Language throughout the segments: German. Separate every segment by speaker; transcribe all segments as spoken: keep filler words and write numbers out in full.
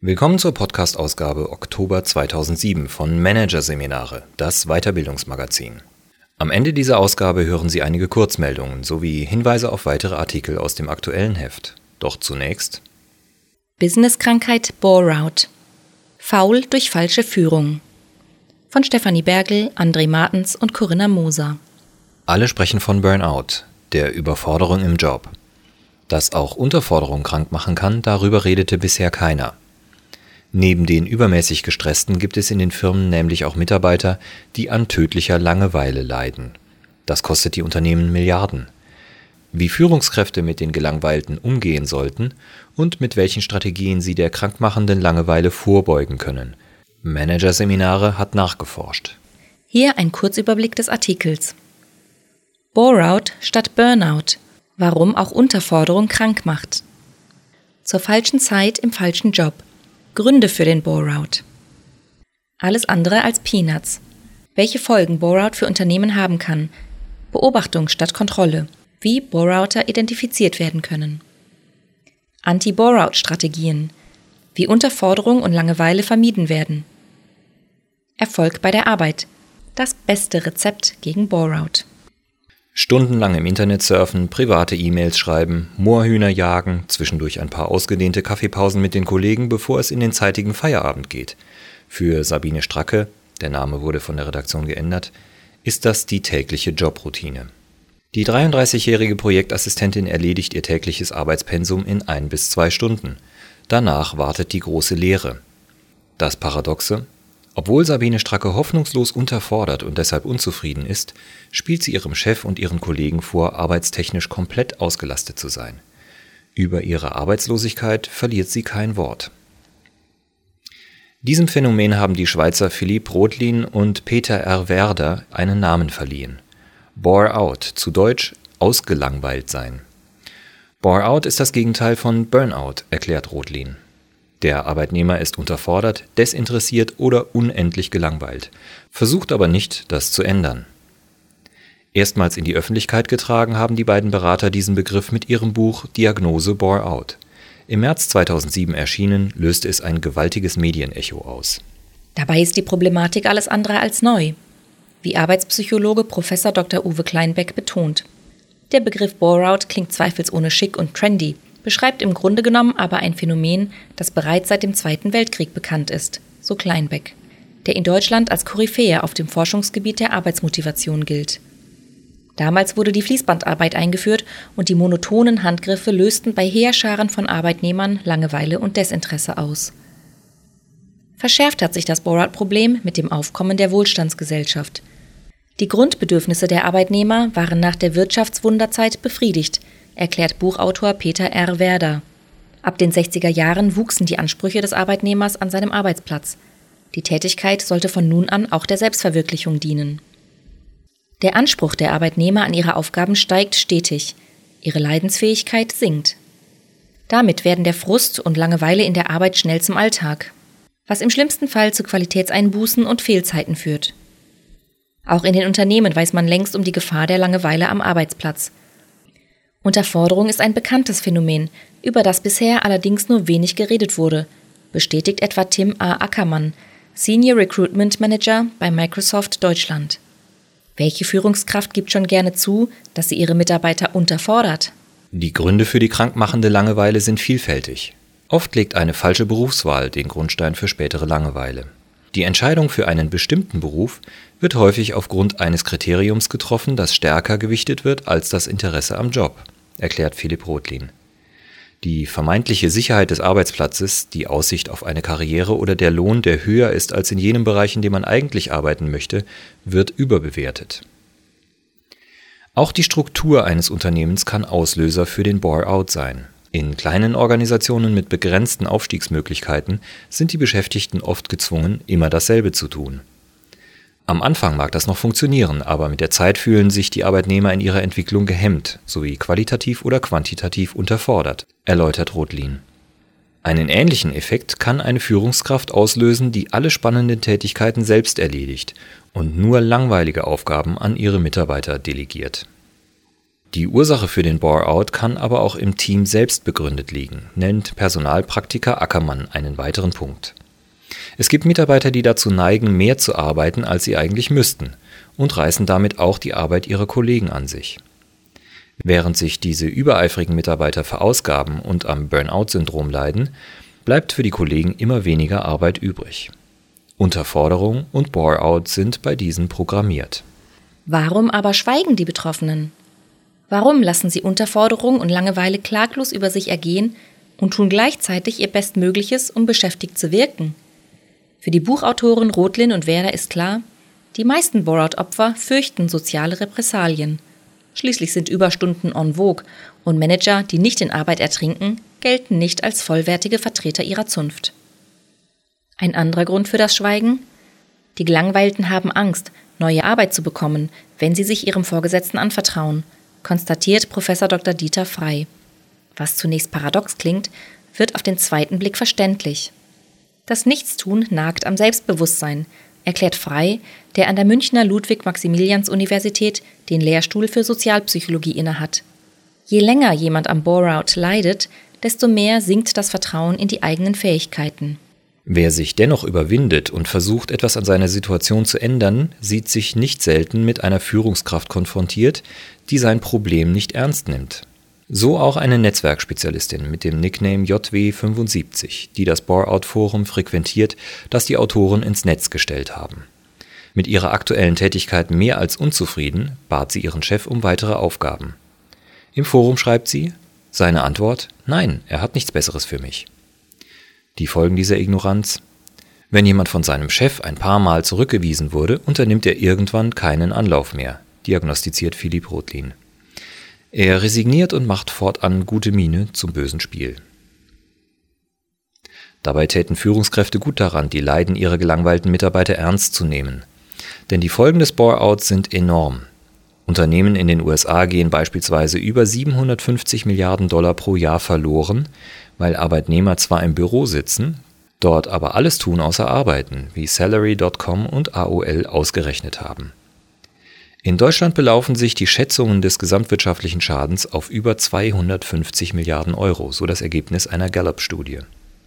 Speaker 1: Willkommen zur Podcast-Ausgabe Oktober zweitausendsieben von Managerseminare, das Weiterbildungsmagazin. Am Ende dieser Ausgabe hören Sie einige Kurzmeldungen sowie Hinweise auf weitere Artikel aus dem aktuellen Heft. Doch zunächst
Speaker 2: Businesskrankheit Bore-out. Faul durch falsche Führung. Von Stefanie Bergel, André Martens und Corinna Moser.
Speaker 1: Alle sprechen von Burnout, der Überforderung im Job. Dass auch Unterforderung krank machen kann, darüber redete bisher keiner. Neben den übermäßig Gestressten gibt es in den Firmen nämlich auch Mitarbeiter, die an tödlicher Langeweile leiden. Das kostet die Unternehmen Milliarden. Wie Führungskräfte mit den Gelangweilten umgehen sollten und mit welchen Strategien sie der krankmachenden Langeweile vorbeugen können. Managerseminare hat nachgeforscht.
Speaker 2: Hier ein Kurzüberblick des Artikels. Bore-out statt Burnout. Warum auch Unterforderung krank macht. Zur falschen Zeit im falschen Job. Gründe für den Bore-out. Alles andere als Peanuts. Welche Folgen Bore-out für Unternehmen haben kann. Beobachtung statt Kontrolle. Wie Bore-outer identifiziert werden können. Anti-Bore-out-Strategien. Wie Unterforderung und Langeweile vermieden werden. Erfolg bei der Arbeit. Das beste Rezept gegen Bore-out.
Speaker 1: Stundenlang im Internet surfen, private E-Mails schreiben, Moorhühner jagen, zwischendurch ein paar ausgedehnte Kaffeepausen mit den Kollegen, bevor es in den zeitigen Feierabend geht. Für Sabine Stracke, der Name wurde von der Redaktion geändert, ist das die tägliche Jobroutine. Die dreiunddreißigjährige Projektassistentin erledigt ihr tägliches Arbeitspensum in ein bis zwei Stunden. Danach wartet die große Leere. Das Paradoxe: Obwohl Sabine Stracke hoffnungslos unterfordert und deshalb unzufrieden ist, spielt sie ihrem Chef und ihren Kollegen vor, arbeitstechnisch komplett ausgelastet zu sein. Über ihre Arbeitslosigkeit verliert sie kein Wort. Diesem Phänomen haben die Schweizer Philippe Rotlin und Peter R. Werder einen Namen verliehen. Bore-out, zu Deutsch ausgelangweilt sein. Bore-out ist das Gegenteil von Burnout, erklärt Rotlin. Der Arbeitnehmer ist unterfordert, desinteressiert oder unendlich gelangweilt, versucht aber nicht, das zu ändern. Erstmals in die Öffentlichkeit getragen haben die beiden Berater diesen Begriff mit ihrem Buch Diagnose Bore-out. Im März zweitausendsieben erschienen, löste es ein gewaltiges Medienecho aus.
Speaker 2: Dabei ist die Problematik alles andere als neu, wie Arbeitspsychologe Professor Doktor Uwe Kleinbeck betont. Der Begriff Bore-out klingt zweifelsohne schick und trendy, beschreibt im Grunde genommen aber ein Phänomen, das bereits seit dem Zweiten Weltkrieg bekannt ist, so Kleinbeck, der in Deutschland als Koryphäe auf dem Forschungsgebiet der Arbeitsmotivation gilt. Damals wurde die Fließbandarbeit eingeführt und die monotonen Handgriffe lösten bei Heerscharen von Arbeitnehmern Langeweile und Desinteresse aus. Verschärft hat sich das Bore-out-Problem mit dem Aufkommen der Wohlstandsgesellschaft. Die Grundbedürfnisse der Arbeitnehmer waren nach der Wirtschaftswunderzeit befriedigt, erklärt Buchautor Peter R. Werder. Ab den sechziger Jahren wuchsen die Ansprüche des Arbeitnehmers an seinem Arbeitsplatz. Die Tätigkeit sollte von nun an auch der Selbstverwirklichung dienen. Der Anspruch der Arbeitnehmer an ihre Aufgaben steigt stetig. Ihre Leidensfähigkeit sinkt. Damit werden der Frust und Langeweile in der Arbeit schnell zum Alltag, was im schlimmsten Fall zu Qualitätseinbußen und Fehlzeiten führt. Auch in den Unternehmen weiß man längst um die Gefahr der Langeweile am Arbeitsplatz. Unterforderung ist ein bekanntes Phänomen, über das bisher allerdings nur wenig geredet wurde, bestätigt etwa Tim A. Ackermann, Senior Recruitment Manager bei Microsoft Deutschland. Welche Führungskraft gibt schon gerne zu, dass sie ihre Mitarbeiter unterfordert?
Speaker 1: Die Gründe für die krankmachende Langeweile sind vielfältig. Oft legt eine falsche Berufswahl den Grundstein für spätere Langeweile. Die Entscheidung für einen bestimmten Beruf wird häufig aufgrund eines Kriteriums getroffen, das stärker gewichtet wird als das Interesse am Job, erklärt Philipp Rotlin. Die vermeintliche Sicherheit des Arbeitsplatzes, die Aussicht auf eine Karriere oder der Lohn, der höher ist als in jenem Bereich, in dem man eigentlich arbeiten möchte, wird überbewertet. Auch die Struktur eines Unternehmens kann Auslöser für den Bore-out sein. In kleinen Organisationen mit begrenzten Aufstiegsmöglichkeiten sind die Beschäftigten oft gezwungen, immer dasselbe zu tun. Am Anfang mag das noch funktionieren, aber mit der Zeit fühlen sich die Arbeitnehmer in ihrer Entwicklung gehemmt sowie qualitativ oder quantitativ unterfordert, erläutert Rotlin. Einen ähnlichen Effekt kann eine Führungskraft auslösen, die alle spannenden Tätigkeiten selbst erledigt und nur langweilige Aufgaben an ihre Mitarbeiter delegiert. Die Ursache für den Bore-out kann aber auch im Team selbst begründet liegen, nennt Personalpraktiker Ackermann einen weiteren Punkt. Es gibt Mitarbeiter, die dazu neigen, mehr zu arbeiten, als sie eigentlich müssten, und reißen damit auch die Arbeit ihrer Kollegen an sich. Während sich diese übereifrigen Mitarbeiter verausgaben und am Burnout-Syndrom leiden, bleibt für die Kollegen immer weniger Arbeit übrig. Unterforderung und Bore-out sind bei diesen programmiert.
Speaker 2: Warum aber schweigen die Betroffenen? Warum lassen sie Unterforderung und Langeweile klaglos über sich ergehen und tun gleichzeitig ihr Bestmögliches, um beschäftigt zu wirken? Für die Buchautoren Rotlin und Werder ist klar, die meisten Bore-out-Opfer fürchten soziale Repressalien. Schließlich sind Überstunden en vogue und Manager, die nicht in Arbeit ertrinken, gelten nicht als vollwertige Vertreter ihrer Zunft. Ein anderer Grund für das Schweigen? Die Gelangweilten haben Angst, neue Arbeit zu bekommen, wenn sie sich ihrem Vorgesetzten anvertrauen, konstatiert Professor Doktor Dieter Frey. Was zunächst paradox klingt, wird auf den zweiten Blick verständlich. Das Nichtstun nagt am Selbstbewusstsein, erklärt Frey, der an der Münchner Ludwig-Maximilians-Universität den Lehrstuhl für Sozialpsychologie innehat. Je länger jemand am Bore-out leidet, desto mehr sinkt das Vertrauen in die eigenen Fähigkeiten.
Speaker 1: Wer sich dennoch überwindet und versucht, etwas an seiner Situation zu ändern, sieht sich nicht selten mit einer Führungskraft konfrontiert, die sein Problem nicht ernst nimmt. So auch eine Netzwerkspezialistin mit dem Nickname J W fünfundsiebzig, die das Bore-out-Forum frequentiert, das die Autoren ins Netz gestellt haben. Mit ihrer aktuellen Tätigkeit mehr als unzufrieden, bat sie ihren Chef um weitere Aufgaben. Im Forum schreibt sie, seine Antwort: Nein, er hat nichts Besseres für mich. Die Folgen dieser Ignoranz: Wenn jemand von seinem Chef ein paar Mal zurückgewiesen wurde, unternimmt er irgendwann keinen Anlauf mehr, diagnostiziert Philipp Rotlin. Er resigniert und macht fortan gute Miene zum bösen Spiel. Dabei täten Führungskräfte gut daran, die Leiden ihrer gelangweilten Mitarbeiter ernst zu nehmen. Denn die Folgen des Bore-outs sind enorm. Unternehmen in den U S A gehen beispielsweise über siebenhundertfünfzig Milliarden Dollar pro Jahr verloren, weil Arbeitnehmer zwar im Büro sitzen, dort aber alles tun außer arbeiten, wie Salary Punkt com und A O L ausgerechnet haben. In Deutschland belaufen sich die Schätzungen des gesamtwirtschaftlichen Schadens auf über zweihundertfünfzig Milliarden Euro, so das Ergebnis einer Gallup-Studie.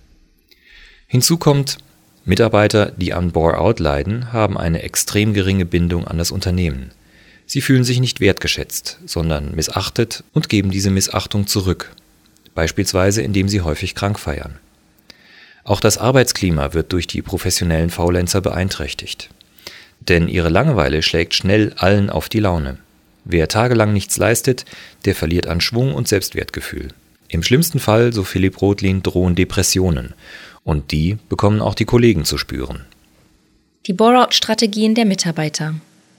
Speaker 1: Hinzu kommt, Mitarbeiter, die an Bore-out leiden, haben eine extrem geringe Bindung an das Unternehmen. Sie fühlen sich nicht wertgeschätzt, sondern missachtet und geben diese Missachtung zurück, beispielsweise indem sie häufig krank feiern. Auch das Arbeitsklima wird durch die professionellen Faulenzer beeinträchtigt. Denn ihre Langeweile schlägt schnell allen auf die Laune. Wer tagelang nichts leistet, der verliert an Schwung und Selbstwertgefühl. Im schlimmsten Fall, so Philipp Rotlin, drohen Depressionen. Und die bekommen auch die Kollegen zu spüren.
Speaker 2: Die Bore-out-Strategien der Mitarbeiter.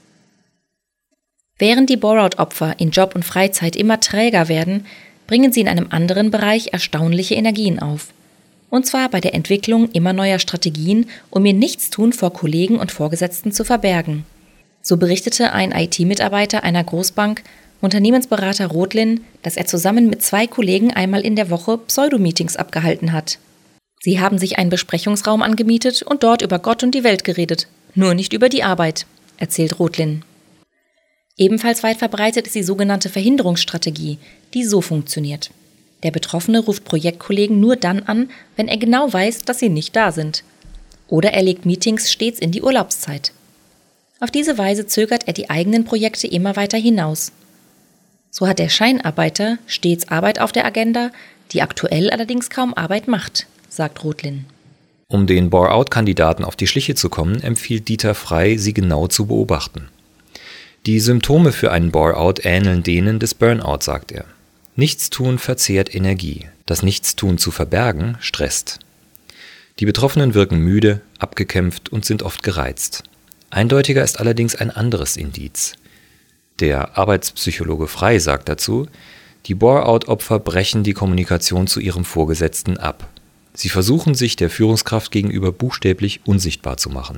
Speaker 2: Während die Bore-out-Opfer in Job und Freizeit immer träger werden, bringen sie in einem anderen Bereich erstaunliche Energien auf. Und zwar bei der Entwicklung immer neuer Strategien, um ihr Nichtstun vor Kollegen und Vorgesetzten zu verbergen. So berichtete ein I T-Mitarbeiter einer Großbank, Unternehmensberater Rotlin, dass er zusammen mit zwei Kollegen einmal in der Woche Pseudo-Meetings abgehalten hat. Sie haben sich einen Besprechungsraum angemietet und dort über Gott und die Welt geredet, nur nicht über die Arbeit, erzählt Rotlin. Ebenfalls weit verbreitet ist die sogenannte Verhinderungsstrategie, die so funktioniert. Der Betroffene ruft Projektkollegen nur dann an, wenn er genau weiß, dass sie nicht da sind. Oder er legt Meetings stets in die Urlaubszeit. Auf diese Weise zögert er die eigenen Projekte immer weiter hinaus. So hat der Scheinarbeiter stets Arbeit auf der Agenda, die aktuell allerdings kaum Arbeit macht, sagt Rotlin.
Speaker 1: Um den Bore-out-Kandidaten auf die Schliche zu kommen, empfiehlt Dieter Frey, sie genau zu beobachten. Die Symptome für einen Bore-out ähneln denen des Burnout, sagt er. Nichtstun verzehrt Energie. Das Nichtstun zu verbergen stresst. Die Betroffenen wirken müde, abgekämpft und sind oft gereizt. Eindeutiger ist allerdings ein anderes Indiz. Der Arbeitspsychologe Frey sagt dazu, die Bore-out-Opfer brechen die Kommunikation zu ihrem Vorgesetzten ab. Sie versuchen, sich der Führungskraft gegenüber buchstäblich unsichtbar zu machen.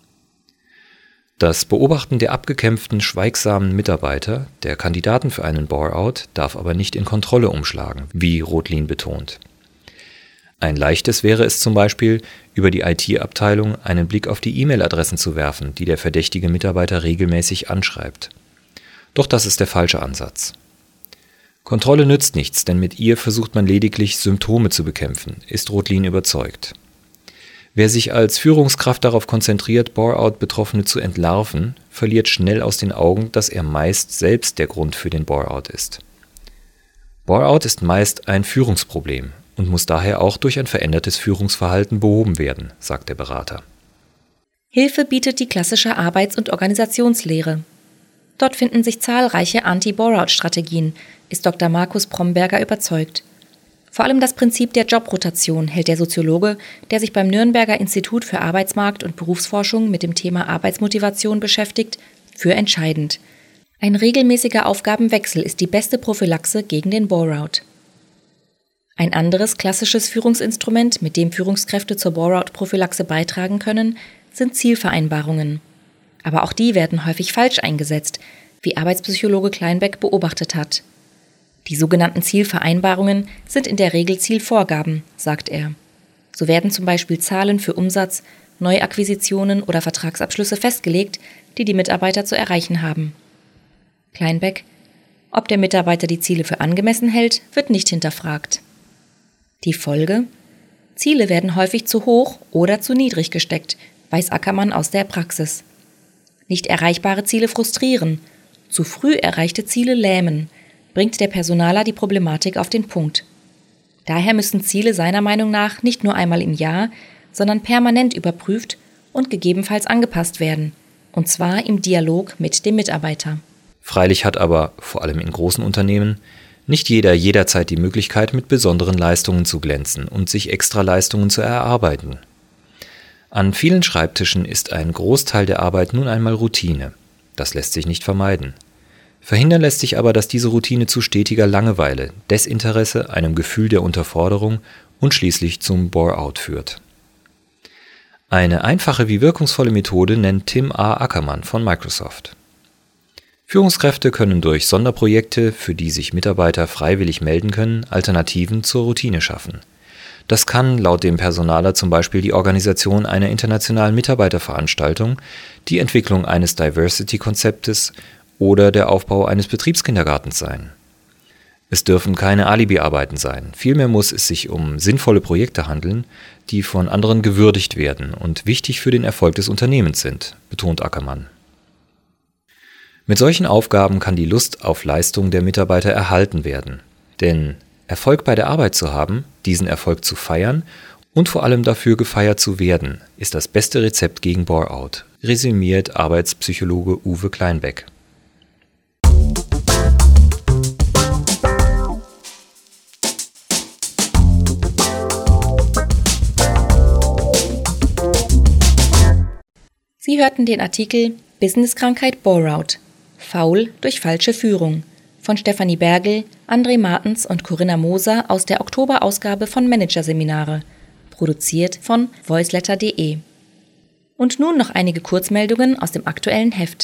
Speaker 1: Das Beobachten der abgekämpften, schweigsamen Mitarbeiter, der Kandidaten für einen Bore-out, darf aber nicht in Kontrolle umschlagen, wie Rotlin betont. Ein leichtes wäre es zum Beispiel, über die I T-Abteilung einen Blick auf die E-Mail-Adressen zu werfen, die der verdächtige Mitarbeiter regelmäßig anschreibt. Doch das ist der falsche Ansatz. Kontrolle nützt nichts, denn mit ihr versucht man lediglich, Symptome zu bekämpfen, ist Rotlin überzeugt. Wer sich als Führungskraft darauf konzentriert, Bore-out-Betroffene zu entlarven, verliert schnell aus den Augen, dass er meist selbst der Grund für den Bore-out ist. Bore-out ist meist ein Führungsproblem und muss daher auch durch ein verändertes Führungsverhalten behoben werden, sagt der Berater.
Speaker 2: Hilfe bietet die klassische Arbeits- und Organisationslehre. Dort finden sich zahlreiche Anti-Bore-out-Strategien, ist Doktor Markus Bromberger überzeugt. Vor allem das Prinzip der Jobrotation hält der Soziologe, der sich beim Nürnberger Institut für Arbeitsmarkt- und Berufsforschung mit dem Thema Arbeitsmotivation beschäftigt, für entscheidend. Ein regelmäßiger Aufgabenwechsel ist die beste Prophylaxe gegen den Bore-out. Ein anderes klassisches Führungsinstrument, mit dem Führungskräfte zur Bore-out-Prophylaxe beitragen können, sind Zielvereinbarungen. Aber auch die werden häufig falsch eingesetzt, wie Arbeitspsychologe Kleinbeck beobachtet hat. Die sogenannten Zielvereinbarungen sind in der Regel Zielvorgaben, sagt er. So werden zum Beispiel Zahlen für Umsatz, Neuakquisitionen oder Vertragsabschlüsse festgelegt, die die Mitarbeiter zu erreichen haben. Kleinbeck: Ob der Mitarbeiter die Ziele für angemessen hält, wird nicht hinterfragt. Die Folge? Ziele werden häufig zu hoch oder zu niedrig gesteckt, weiß Ackermann aus der Praxis. Nicht erreichbare Ziele frustrieren, zu früh erreichte Ziele lähmen, bringt der Personaler die Problematik auf den Punkt. Daher müssen Ziele seiner Meinung nach nicht nur einmal im Jahr, sondern permanent überprüft und gegebenenfalls angepasst werden, und zwar im Dialog mit dem Mitarbeiter.
Speaker 1: Freilich hat aber, vor allem in großen Unternehmen, nicht jeder jederzeit die Möglichkeit, mit besonderen Leistungen zu glänzen und sich Extraleistungen zu erarbeiten. An vielen Schreibtischen ist ein Großteil der Arbeit nun einmal Routine. Das lässt sich nicht vermeiden. Verhindern lässt sich aber, dass diese Routine zu stetiger Langeweile, Desinteresse, einem Gefühl der Unterforderung und schließlich zum Bore-out führt. Eine einfache wie wirkungsvolle Methode nennt Tim A. Ackermann von Microsoft. Führungskräfte können durch Sonderprojekte, für die sich Mitarbeiter freiwillig melden können, Alternativen zur Routine schaffen. Das kann laut dem Personaler zum Beispiel die Organisation einer internationalen Mitarbeiterveranstaltung, die Entwicklung eines Diversity-Konzeptes oder der Aufbau eines Betriebskindergartens sein. Es dürfen keine Alibi-Arbeiten sein, vielmehr muss es sich um sinnvolle Projekte handeln, die von anderen gewürdigt werden und wichtig für den Erfolg des Unternehmens sind, betont Ackermann. Mit solchen Aufgaben kann die Lust auf Leistung der Mitarbeiter erhalten werden, denn Erfolg bei der Arbeit zu haben, diesen Erfolg zu feiern und vor allem dafür gefeiert zu werden, ist das beste Rezept gegen Bore-out, resümiert Arbeitspsychologe Uwe Kleinbeck.
Speaker 2: Sie hörten den Artikel Businesskrankheit Bore-out – Faul durch falsche Führung von Stefanie Bergel, André Martens und Corinna Moser aus der Oktoberausgabe von Managerseminare, produziert von voiceletter punkt de. Und nun noch einige Kurzmeldungen aus dem aktuellen Heft.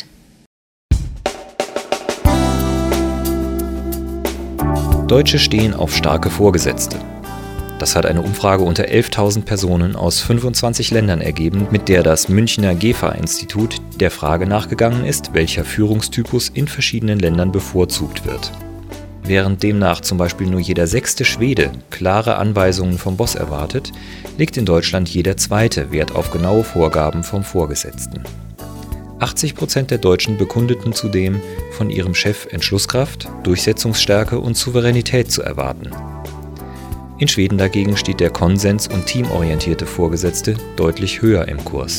Speaker 1: Deutsche stehen auf starke Vorgesetzte. Das hat eine Umfrage unter elftausend Personen aus fünfundzwanzig Ländern ergeben, mit der das Münchner GEFA-Institut der Frage nachgegangen ist, welcher Führungstypus in verschiedenen Ländern bevorzugt wird. Während demnach zum Beispiel nur jeder sechste Schwede klare Anweisungen vom Boss erwartet, legt in Deutschland jeder zweite Wert auf genaue Vorgaben vom Vorgesetzten. achtzig Prozent der Deutschen bekundeten zudem, von ihrem Chef Entschlusskraft, Durchsetzungsstärke und Souveränität zu erwarten. In Schweden dagegen steht der konsens- und teamorientierte Vorgesetzte deutlich höher im Kurs.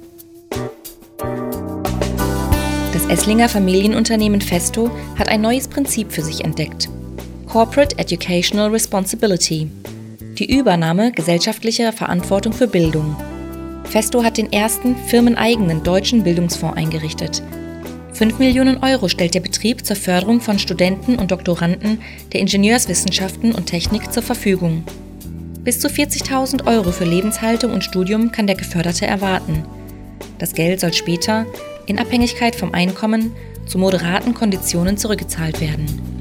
Speaker 2: Das Esslinger Familienunternehmen Festo hat ein neues Prinzip für sich entdeckt: Corporate Educational Responsibility, die Übernahme gesellschaftlicher Verantwortung für Bildung. Festo hat den ersten firmeneigenen deutschen Bildungsfonds eingerichtet. fünf Millionen Euro stellt der Betrieb zur Förderung von Studenten und Doktoranden der Ingenieurswissenschaften und Technik zur Verfügung. Bis zu vierzigtausend Euro für Lebenshaltung und Studium kann der Geförderte erwarten. Das Geld soll später, in Abhängigkeit vom Einkommen, zu moderaten Konditionen zurückgezahlt werden.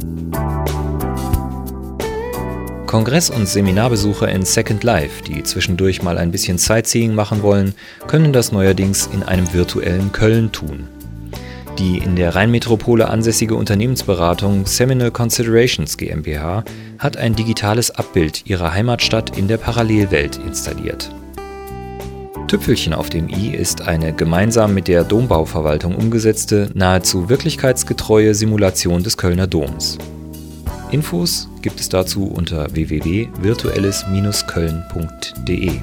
Speaker 1: Kongress- und Seminarbesucher in Second Life, die zwischendurch mal ein bisschen Sightseeing machen wollen, können das neuerdings in einem virtuellen Köln tun. Die in der Rheinmetropole ansässige Unternehmensberatung Seminal Considerations GmbH hat ein digitales Abbild ihrer Heimatstadt in der Parallelwelt installiert. Tüpfelchen auf dem i ist eine gemeinsam mit der Dombauverwaltung umgesetzte, nahezu wirklichkeitsgetreue Simulation des Kölner Doms. Infos gibt es dazu unter w w w punkt virtuelles Bindestrich köln punkt d e.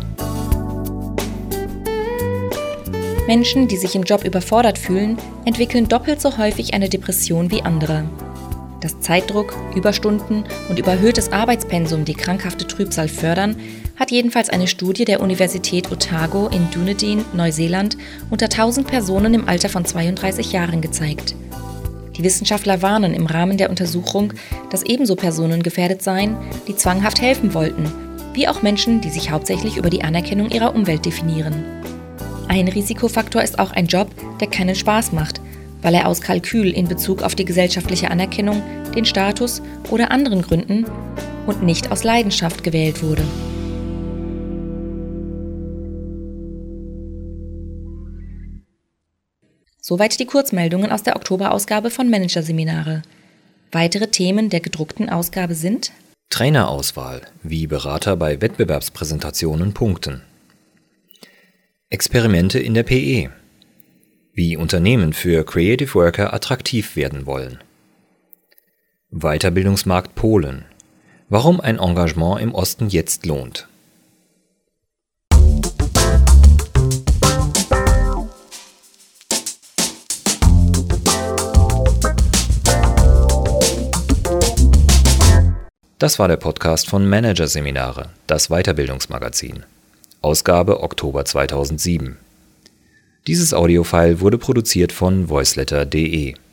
Speaker 2: Menschen, die sich im Job überfordert fühlen, entwickeln doppelt so häufig eine Depression wie andere. Dass Zeitdruck, Überstunden und überhöhtes Arbeitspensum die krankhafte Trübsal fördern, hat jedenfalls eine Studie der Universität Otago in Dunedin, Neuseeland, unter tausend Personen im Alter von zweiunddreißig Jahren gezeigt. Die Wissenschaftler warnen im Rahmen der Untersuchung, dass ebenso Personen gefährdet seien, die zwanghaft helfen wollten, wie auch Menschen, die sich hauptsächlich über die Anerkennung ihrer Umwelt definieren. Ein Risikofaktor ist auch ein Job, der keinen Spaß macht, weil er aus Kalkül in Bezug auf die gesellschaftliche Anerkennung, den Status oder anderen Gründen und nicht aus Leidenschaft gewählt wurde. Soweit die Kurzmeldungen aus der Oktoberausgabe von Managerseminare. Weitere Themen der gedruckten Ausgabe sind:
Speaker 1: Trainerauswahl, wie Berater bei Wettbewerbspräsentationen punkten. Experimente in der P E, wie Unternehmen für Creative Worker attraktiv werden wollen. Weiterbildungsmarkt Polen, warum ein Engagement im Osten jetzt lohnt. Das war der Podcast von Managerseminare, das Weiterbildungsmagazin. Ausgabe Oktober zweitausendsieben. Dieses Audiofile wurde produziert von voiceletter punkt de.